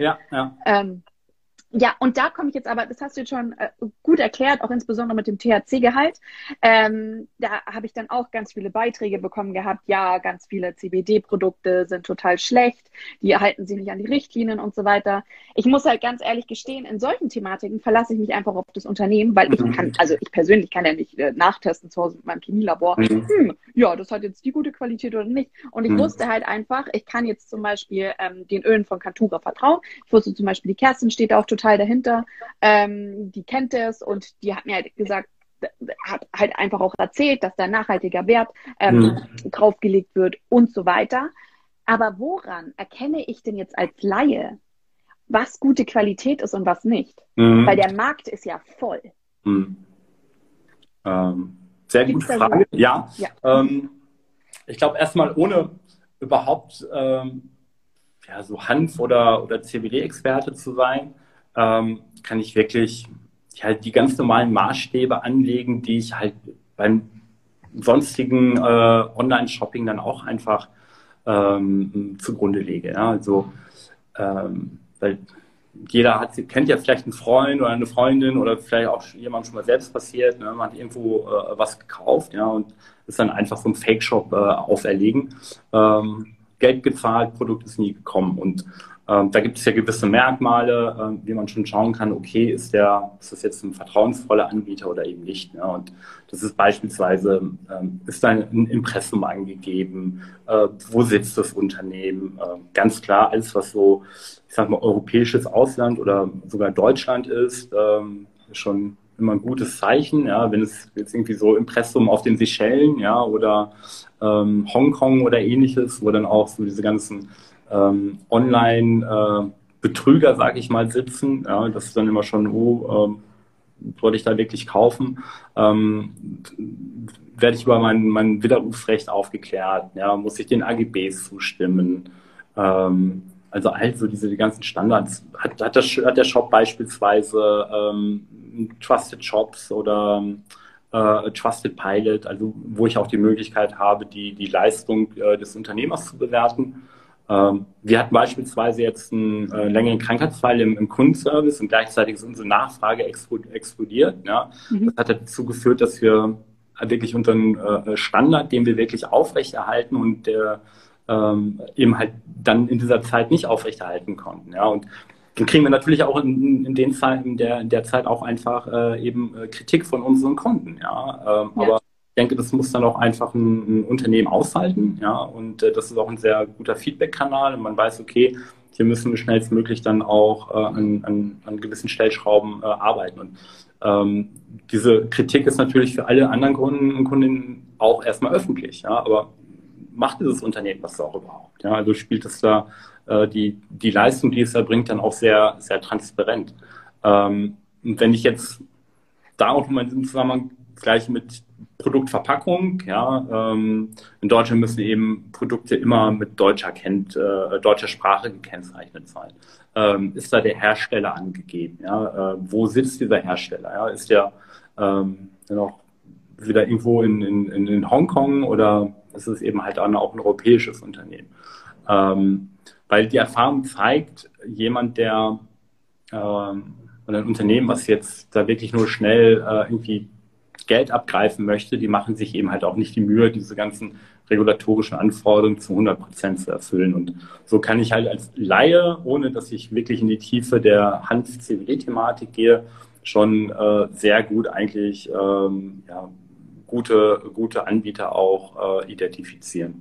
Ja, und da komme ich jetzt aber, das hast du jetzt schon gut erklärt, auch insbesondere mit dem THC-Gehalt. Da habe ich dann auch ganz viele Beiträge bekommen gehabt. Ja, ganz viele CBD-Produkte sind total schlecht, die halten sich nicht an die Richtlinien und so weiter. Ich muss halt ganz ehrlich gestehen, in solchen Thematiken verlasse ich mich einfach auf das Unternehmen, weil ich persönlich kann ja nicht nachtesten zu Hause mit meinem Chemielabor. Ja, das hat jetzt die gute Qualität oder nicht. Und ich wusste halt einfach, ich kann jetzt zum Beispiel den Ölen von Cantura vertrauen. Ich wusste zum Beispiel, die Kerstin steht auch total dahinter, die kennt es und die hat mir halt gesagt, hat halt einfach auch erzählt, dass da nachhaltiger Wert draufgelegt wird und so weiter. Aber woran erkenne ich denn jetzt als Laie, was gute Qualität ist und was nicht? Weil der Markt ist ja voll. Sehr gute Frage. Ich glaube erstmal, ohne überhaupt so Hanf- oder CBD-Experte zu sein, kann ich wirklich die ganz normalen Maßstäbe anlegen, die ich halt beim sonstigen Online-Shopping dann auch einfach zugrunde lege. Ja? Also, weil jeder kennt ja vielleicht einen Freund oder eine Freundin oder vielleicht auch jemand schon mal selbst passiert. Ne? Man hat irgendwo was gekauft, ja, und ist dann einfach so ein Fake-Shop auferlegen. Geld gezahlt, Produkt ist nie gekommen. Und da gibt es ja gewisse Merkmale, wie man schon schauen kann, okay, ist das jetzt ein vertrauensvoller Anbieter oder eben nicht. Ne? Und das ist beispielsweise, ist da ein Impressum angegeben, wo sitzt das Unternehmen? Ganz klar, alles, was so, ich sag mal, europäisches Ausland oder sogar Deutschland ist schon immer ein gutes Zeichen. Ja? Wenn es jetzt irgendwie so Impressum auf den Seychellen, ja, oder Hongkong oder ähnliches, wo dann auch so diese ganzen Online Betrüger, sage ich mal, sitzen. Ja, das ist dann immer schon, soll ich da wirklich kaufen? Werde ich über mein Widerrufsrecht aufgeklärt? Ja, muss ich den AGBs zustimmen? Also so die ganzen Standards. Hat der Shop beispielsweise Trusted Shops oder Trusted Pilot, also wo ich auch die Möglichkeit habe, die Leistung des Unternehmers zu bewerten. Wir hatten beispielsweise jetzt einen längeren Krankheitsfall im Kundenservice und gleichzeitig ist unsere Nachfrage explodiert. Ja. Das hat dazu geführt, dass wir wirklich unseren Standard, den wir wirklich aufrechterhalten und der eben halt dann in dieser Zeit nicht aufrechterhalten konnten. Ja. Und dann kriegen wir natürlich auch in der Zeit auch einfach eben Kritik von unseren Kunden. Ja. Aber ich denke, das muss dann auch einfach ein Unternehmen aushalten. Ja. Und das ist auch ein sehr guter Feedback-Kanal. Und man weiß, okay, hier müssen wir schnellstmöglich dann auch an gewissen Stellschrauben arbeiten. Und diese Kritik ist natürlich für alle anderen Kunden und Kundinnen auch erstmal öffentlich. Ja. Aber macht dieses Unternehmen das auch überhaupt? Ja. Also spielt es da die Leistung, die es erbringt, dann auch sehr, sehr transparent. Und wenn ich jetzt da auch nochmal in diesem Zusammenhang gleich mit Produktverpackung, ja, in Deutschland müssen eben Produkte immer mit deutscher Sprache gekennzeichnet sein. Ist da der Hersteller angegeben? Ja? Wo sitzt dieser Hersteller? Ja? Ist der noch wieder irgendwo in Hongkong oder ist es eben halt auch ein europäisches Unternehmen? Weil die Erfahrung zeigt, jemand, der oder ein Unternehmen, was jetzt da wirklich nur schnell irgendwie Geld abgreifen möchte, die machen sich eben halt auch nicht die Mühe, diese ganzen regulatorischen Anforderungen zu 100% zu erfüllen. Und so kann ich halt als Laie, ohne dass ich wirklich in die Tiefe der Hanf-CBD-Thematik gehe, schon sehr gut eigentlich gute Anbieter auch identifizieren.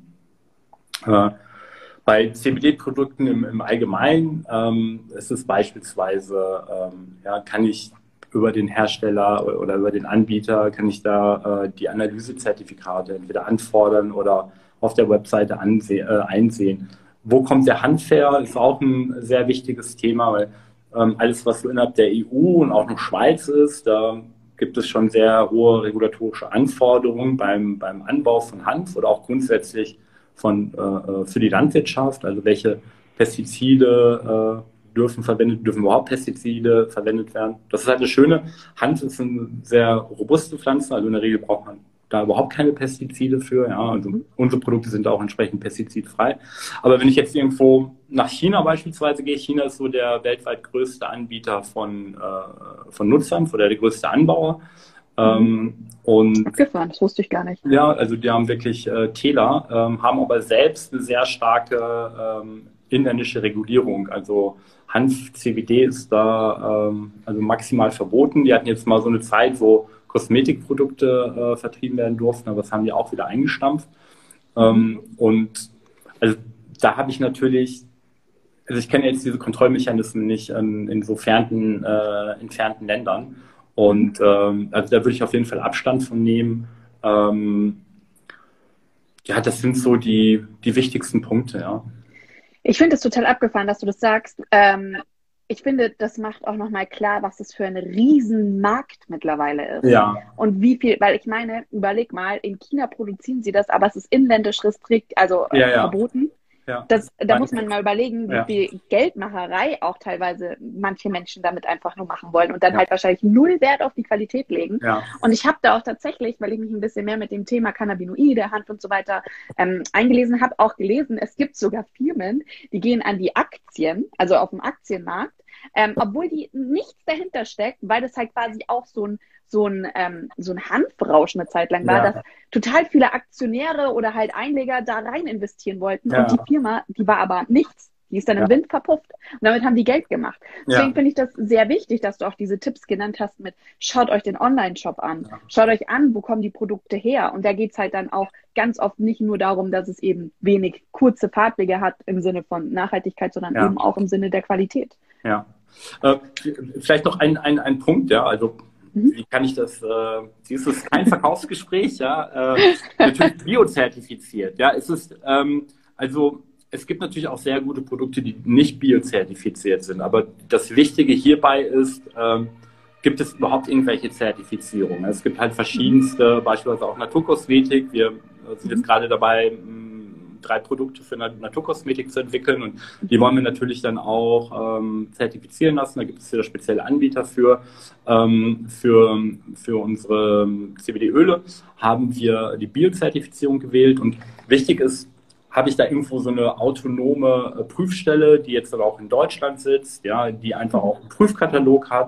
Bei CBD-Produkten im Allgemeinen ist es beispielsweise, kann ich über den Hersteller oder über den Anbieter, kann ich da die Analysezertifikate entweder anfordern oder auf der Webseite einsehen. Wo kommt der Hanf her? Ist auch ein sehr wichtiges Thema, weil alles, was so innerhalb der EU und auch noch Schweiz ist, da gibt es schon sehr hohe regulatorische Anforderungen beim Anbau von Hanf oder auch grundsätzlich für die Landwirtschaft, also welche Pestizide dürfen überhaupt Pestizide verwendet werden. Das ist halt das Schöne. Hanf ist eine sehr robuste Pflanze, also in der Regel braucht man da überhaupt keine Pestizide für. Ja, also unsere Produkte sind auch entsprechend pestizidfrei. Aber wenn ich jetzt irgendwo nach China beispielsweise gehe, China ist so der weltweit größte Anbieter von Nutzhanf oder der größte Anbauer. Und abgefahren, das wusste ich gar nicht. Ja, also die haben wirklich Täler, haben aber selbst eine sehr starke inländische Regulierung. Also Hanf, CBD ist da also maximal verboten. Die hatten jetzt mal so eine Zeit, wo Kosmetikprodukte vertrieben werden durften, aber das haben die auch wieder eingestampft. Und also da habe ich natürlich, also ich kenne jetzt diese Kontrollmechanismen nicht in so entfernten Ländern. Und also da würde ich auf jeden Fall Abstand von nehmen. Das sind so die wichtigsten Punkte, ja. Ich finde es total abgefahren, dass du das sagst. Ich finde, das macht auch nochmal klar, was das für ein Riesenmarkt mittlerweile ist. Ja. Und wie viel, weil ich meine, überleg mal, in China produzieren sie das, aber es ist inländisch verboten. Ja. Da muss man mal überlegen, wie viel Geldmacherei auch teilweise manche Menschen damit einfach nur machen wollen und dann halt wahrscheinlich null Wert auf die Qualität legen. Ja. Und ich habe da auch tatsächlich, weil ich mich ein bisschen mehr mit dem Thema Cannabinoide, Hanf und so weiter eingelesen habe, auch gelesen, es gibt sogar Firmen, die gehen an die Aktien, also auf dem Aktienmarkt, obwohl die nichts dahinter steckt, weil das halt quasi auch so ein Hanfrausch eine Zeit lang war, dass total viele Aktionäre oder halt Einleger da rein investieren wollten und die Firma, die war aber nichts. Die ist dann im Wind verpufft und damit haben die Geld gemacht. Deswegen finde ich das sehr wichtig, dass du auch diese Tipps genannt hast mit, schaut euch den Online-Shop an, schaut euch an, wo kommen die Produkte her und da geht es halt dann auch ganz oft nicht nur darum, dass es eben wenig kurze Fahrtwege hat im Sinne von Nachhaltigkeit, sondern eben auch im Sinne der Qualität. Ja, vielleicht noch ein Punkt, also wie kann ich das, dies ist kein Verkaufsgespräch, natürlich biozertifiziert, es ist, also es gibt natürlich auch sehr gute Produkte, die nicht biozertifiziert sind. Aber das Wichtige hierbei ist, gibt es überhaupt irgendwelche Zertifizierungen? Es gibt halt verschiedenste, beispielsweise auch Naturkosmetik. Wir sind jetzt gerade dabei, 3 Produkte für Naturkosmetik zu entwickeln und die wollen wir natürlich dann auch zertifizieren lassen. Da gibt es ja spezielle Anbieter für unsere CBD-Öle haben wir die Bio-Zertifizierung gewählt und wichtig ist, habe ich da irgendwo so eine autonome Prüfstelle, die jetzt aber auch in Deutschland sitzt, ja, die einfach auch einen Prüfkatalog hat.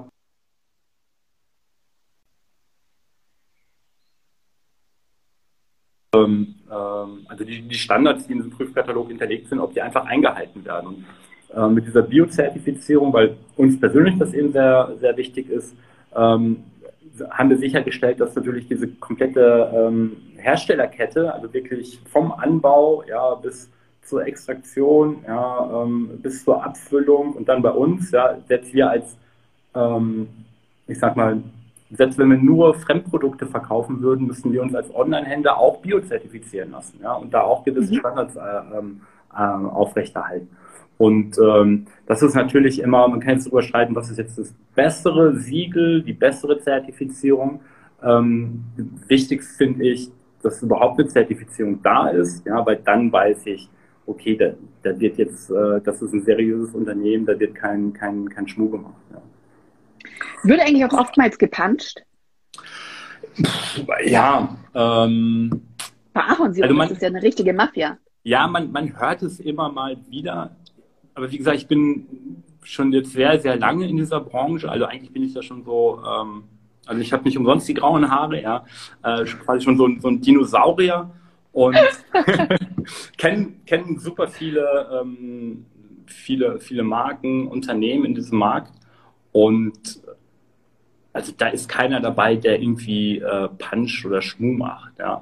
Also die Standards, die in diesem Prüfkatalog hinterlegt sind, ob die einfach eingehalten werden. Und mit dieser Bio-Zertifizierung, weil uns persönlich das eben sehr, sehr wichtig ist, haben wir sichergestellt, dass natürlich diese komplette Herstellerkette, also wirklich vom Anbau ja, bis zur Extraktion, ja, bis zur Abfüllung und dann bei uns, ja, selbst wir als, ich sag mal, selbst wenn wir nur Fremdprodukte verkaufen würden, müssen wir uns als Online-Händler auch biozertifizieren lassen, ja, und da auch gewisse Standards aufrechterhalten. Und das ist natürlich immer, man kann jetzt darüber streiten, was ist jetzt das bessere Siegel, die bessere Zertifizierung. Wichtig finde ich, dass überhaupt eine Zertifizierung da ist, ja, weil dann weiß ich, okay, da wird jetzt, das ist ein seriöses Unternehmen, da wird kein Schmuh gemacht. Ja. Wird eigentlich auch oftmals gepanscht? Ja. Ahornsirup, also das ist ja eine richtige Mafia. Ja, man hört es immer mal wieder. Aber wie gesagt, ich bin schon jetzt sehr, sehr lange in dieser Branche. Also eigentlich bin ich da schon so, also ich habe nicht umsonst die grauen Haare, ja, quasi schon so ein Dinosaurier und kennen super viele Marken, Unternehmen in diesem Markt. Und also da ist keiner dabei, der irgendwie Punch oder Schmuh macht. Ja.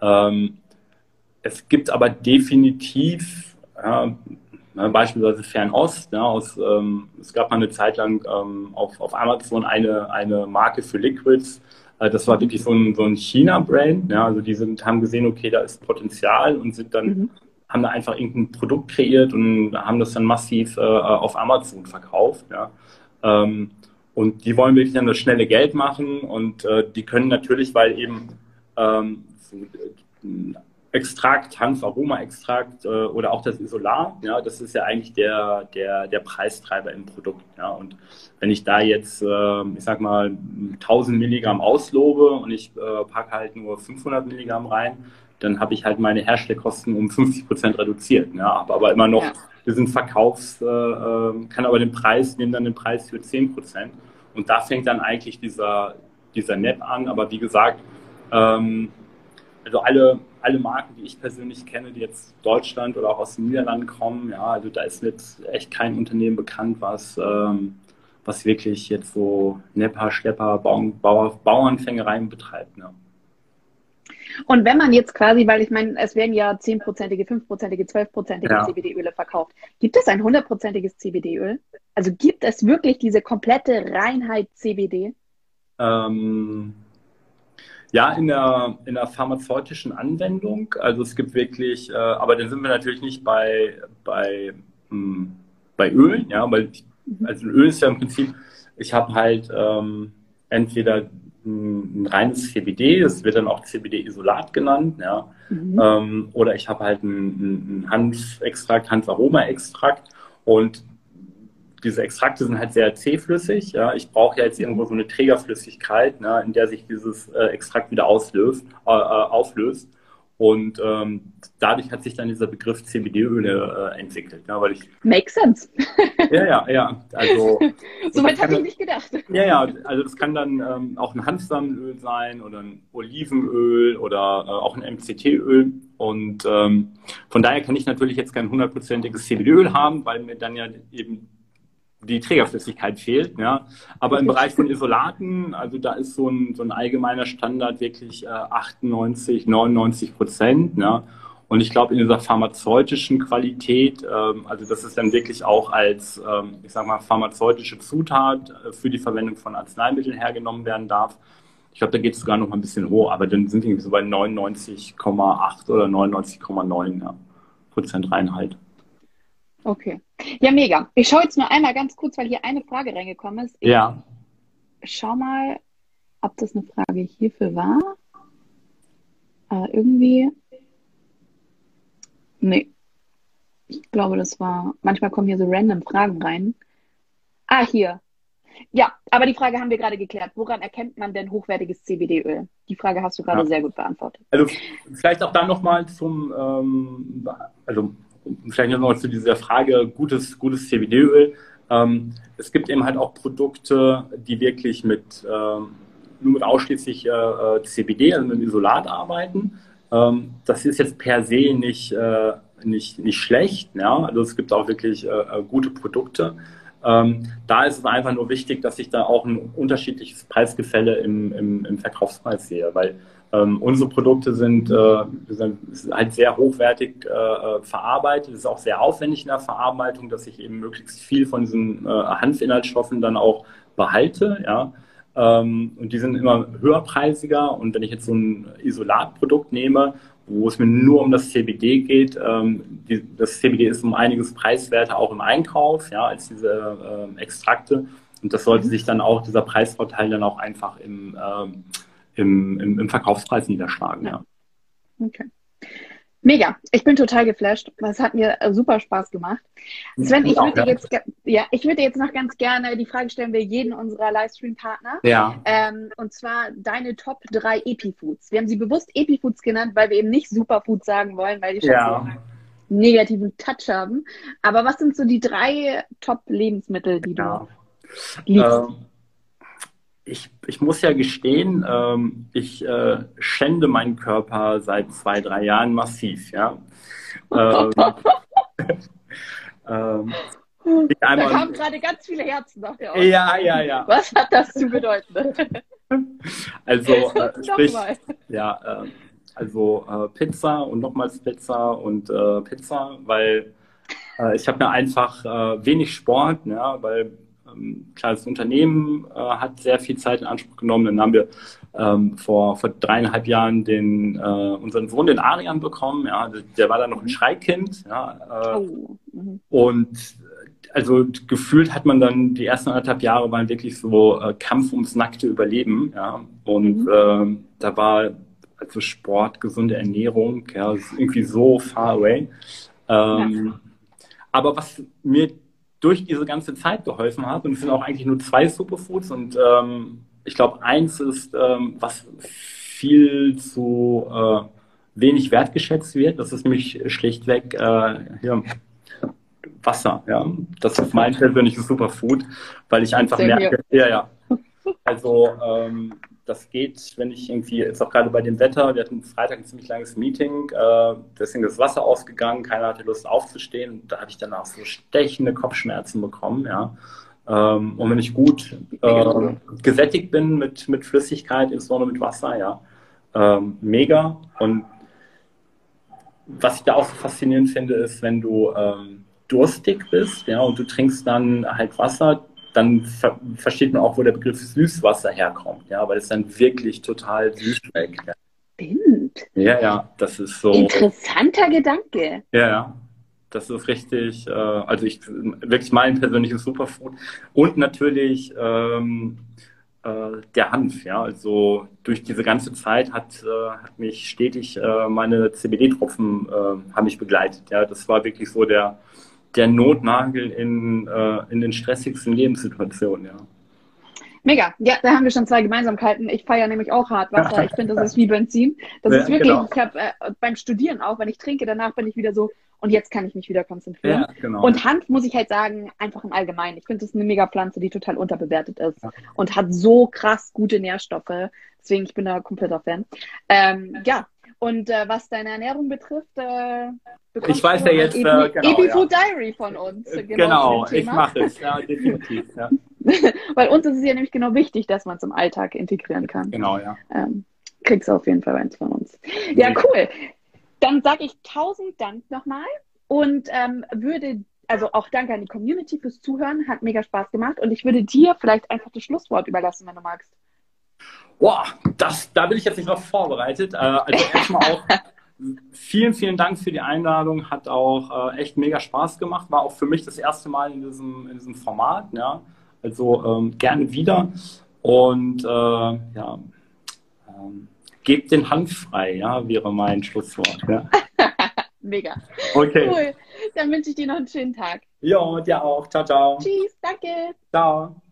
Es gibt aber definitiv beispielsweise Fernost. Ja, es gab mal eine Zeit lang auf Amazon eine Marke für Liquids. Das war wirklich so ein China-Brand. Ja, also die haben gesehen, okay, da ist Potenzial und haben da einfach irgendein Produkt kreiert und haben das dann massiv auf Amazon verkauft. Ja. Und die wollen wirklich dann das schnelle Geld machen und die können natürlich, weil eben Extrakt, Hanf-Aroma-Extrakt oder auch das Isolat, ja, das ist ja eigentlich der Preistreiber im Produkt. Ja. Und wenn ich da jetzt, ich sag mal, 1000 Milligramm auslobe und ich packe halt nur 500 Milligramm rein, dann habe ich halt meine Herstellkosten um 50% reduziert. Ja. Aber immer noch, wir sind kann aber nehme dann den Preis für 10%. Und da fängt dann eigentlich dieser NEP an. Aber wie gesagt, also alle Marken, die ich persönlich kenne, die jetzt Deutschland oder auch aus den Niederlanden kommen, ja, also da ist jetzt echt kein Unternehmen bekannt, was wirklich jetzt so Nepper, Schlepper, Bauernfängereien betreibt. Ne? Und wenn man jetzt quasi, weil ich meine, es werden ja 10%ige, 5%ige, 12%ige CBD-Öle verkauft. Gibt es ein 100%iges CBD-Öl? Also gibt es wirklich diese komplette Reinheit CBD? Ja, in der pharmazeutischen Anwendung. Also es gibt wirklich, aber dann sind wir natürlich nicht bei Öl, ja, weil also Öl ist ja im Prinzip, ich habe halt entweder ein reines CBD, das wird dann auch CBD-Isolat genannt, ja, oder ich habe halt ein Hanfextrakt, Hanfaroma-Extrakt und diese Extrakte sind halt sehr zähflüssig. Ja. Ich brauche ja jetzt irgendwo so eine Trägerflüssigkeit, ne, in der sich dieses Extrakt wieder auflöst. Und dadurch hat sich dann dieser Begriff CBD-Öle entwickelt. Ja, weil Makes sense. Ja. Also, Soweit habe ich nicht gedacht. Ja, also das kann dann auch ein Hanfsamenöl sein oder ein Olivenöl oder auch ein MCT-Öl. Und von daher kann ich natürlich jetzt kein 100%iges CBD-Öl haben, weil mir dann ja eben die Trägerflüssigkeit fehlt, ja. Aber im Bereich von Isolaten, also da ist so ein allgemeiner Standard wirklich 98-99%, ja. Und ich glaube, in dieser pharmazeutischen Qualität, also das ist dann wirklich auch als, ich sag mal, pharmazeutische Zutat für die Verwendung von Arzneimitteln hergenommen werden darf. Ich glaube, da geht es sogar noch mal ein bisschen hoch, aber dann sind wir irgendwie so bei 99,8 oder 99,9 Prozent Reinheit. Okay. Ja, mega. Ich schaue jetzt nur einmal ganz kurz, weil hier eine Frage reingekommen ist. Ich schau mal, ob das eine Frage hierfür war. Irgendwie. Nee. Ich glaube, das war. Manchmal kommen hier so random Fragen rein. Hier. Ja, aber die Frage haben wir gerade geklärt. Woran erkennt man denn hochwertiges CBD-Öl? Die Frage hast du gerade sehr gut beantwortet. Also vielleicht auch dann nochmal vielleicht nochmal zu dieser Frage, gutes CBD-Öl. Es gibt eben halt auch Produkte, die wirklich nur mit ausschließlich CBD, also mit Isolat arbeiten. Das ist jetzt per se nicht schlecht. Ja? Also es gibt auch wirklich gute Produkte. Da ist es einfach nur wichtig, dass ich da auch ein unterschiedliches Preisgefälle im Verkaufspreis sehe, weil unsere Produkte sind halt sehr hochwertig verarbeitet. Es ist auch sehr aufwendig in der Verarbeitung, dass ich eben möglichst viel von diesen Hanfinhaltsstoffen dann auch behalte. Ja? Und die sind immer höherpreisiger. Und wenn ich jetzt so ein Isolatprodukt nehme, wo es mir nur um das CBD geht, das CBD ist um einiges preiswerter auch im Einkauf, ja, als diese Extrakte. Und das sollte sich dann auch, dieser Preisvorteil dann auch einfach im Verkaufspreis niederschlagen. Ja. Okay. Mega. Ich bin total geflasht. Das hat mir super Spaß gemacht. Sven, ich würde jetzt noch ganz gerne die Frage stellen, wir jeden unserer Livestream-Partner. Ja. Und zwar deine Top 3 Epifoods. Wir haben sie bewusst Epifoods genannt, weil wir eben nicht Superfoods sagen wollen, weil die schon so einen negativen Touch haben. Aber was sind so die 3 Top-Lebensmittel, die du liebst? Ich muss ja gestehen, ich schände meinen Körper seit 2-3 Jahren massiv. Ja? Da kamen gerade ganz viele Herzen nach der Aussage. Ja. Was hat das zu bedeuten? Also, Pizza und nochmals Pizza und Pizza, weil ich habe mir einfach wenig Sport, ja, weil klar, das Unternehmen hat sehr viel Zeit in Anspruch genommen. Dann haben wir vor 3,5 Jahren unseren Sohn, den Arian, bekommen. Ja, der war dann noch ein Schreikind. Ja, und also gefühlt hat man dann, die ersten 1,5 Jahre waren wirklich so Kampf ums nackte Überleben. Ja, und da war also Sport, gesunde Ernährung, ja, ist irgendwie so far away. Aber was mir durch diese ganze Zeit geholfen hat, und es sind auch eigentlich nur 2 Superfoods, und ich glaube, eins ist, was viel zu wenig wertgeschätzt wird, das ist nämlich schlichtweg Wasser. Ja? Das ist mein persönliches Superfood, weil ich einfach merke, also das geht, wenn ich irgendwie, jetzt auch gerade bei dem Wetter, wir hatten Freitag ein ziemlich langes Meeting, deswegen ist das Wasser ausgegangen, keiner hatte Lust aufzustehen, und da habe ich danach so stechende Kopfschmerzen bekommen, ja. Und wenn ich gut gesättigt bin mit Flüssigkeit, insbesondere mit Wasser, ja, mega. Und was ich da auch so faszinierend finde, ist, wenn du durstig bist, ja, und du trinkst dann halt Wasser, dann versteht man auch, wo der Begriff Süßwasser herkommt, ja, weil es dann wirklich total süß schmeckt. Ja. Stimmt. Ja, das ist so. Interessanter Gedanke. Ja, das ist richtig, wirklich mein persönliches Superfood. Und natürlich der Hanf, ja, also durch diese ganze Zeit hat mich stetig meine CBD-Tropfen haben mich begleitet, ja, das war wirklich so der Notnagel in den stressigsten Lebenssituationen, ja. Mega. Ja, da haben wir schon 2 Gemeinsamkeiten. Ich feiere nämlich auch Hartwasser. Ich finde, das ist wie Benzin. Das ist wirklich, genau. Ich habe beim Studieren auch, wenn ich trinke, danach bin ich wieder so, und jetzt kann ich mich wieder konzentrieren. Ja, genau. Und Hanf, muss ich halt sagen, einfach im Allgemeinen. Ich finde, das ist eine Mega-Pflanze, die total unterbewertet ist und hat so krass gute Nährstoffe. Deswegen, ich bin da kompletter Fan. Und was deine Ernährung betrifft, ich weiß ja jetzt, Epifood Diary von uns. Genau, ich mache es, ja, definitiv. Ja. Weil uns ist es ja nämlich genau wichtig, dass man es im Alltag integrieren kann. Genau, ja. Kriegst du auf jeden Fall eins von uns. Ja, cool. Dann sage ich 1000 Dank nochmal und also auch danke an die Community fürs Zuhören, hat mega Spaß gemacht, und ich würde dir vielleicht einfach das Schlusswort überlassen, wenn du magst. Boah, da bin ich jetzt nicht drauf vorbereitet. Also erstmal auch Vielen, vielen Dank für die Einladung. Hat auch echt mega Spaß gemacht. War auch für mich das erste Mal in diesem Format. Ja. Also gerne wieder. Und ja, gebt den Hanf frei, ja, wäre mein Schlusswort. Ja. Mega. Okay. Cool. Dann wünsche ich dir noch einen schönen Tag. Ja, dir auch. Ciao, ciao. Tschüss, danke. Ciao.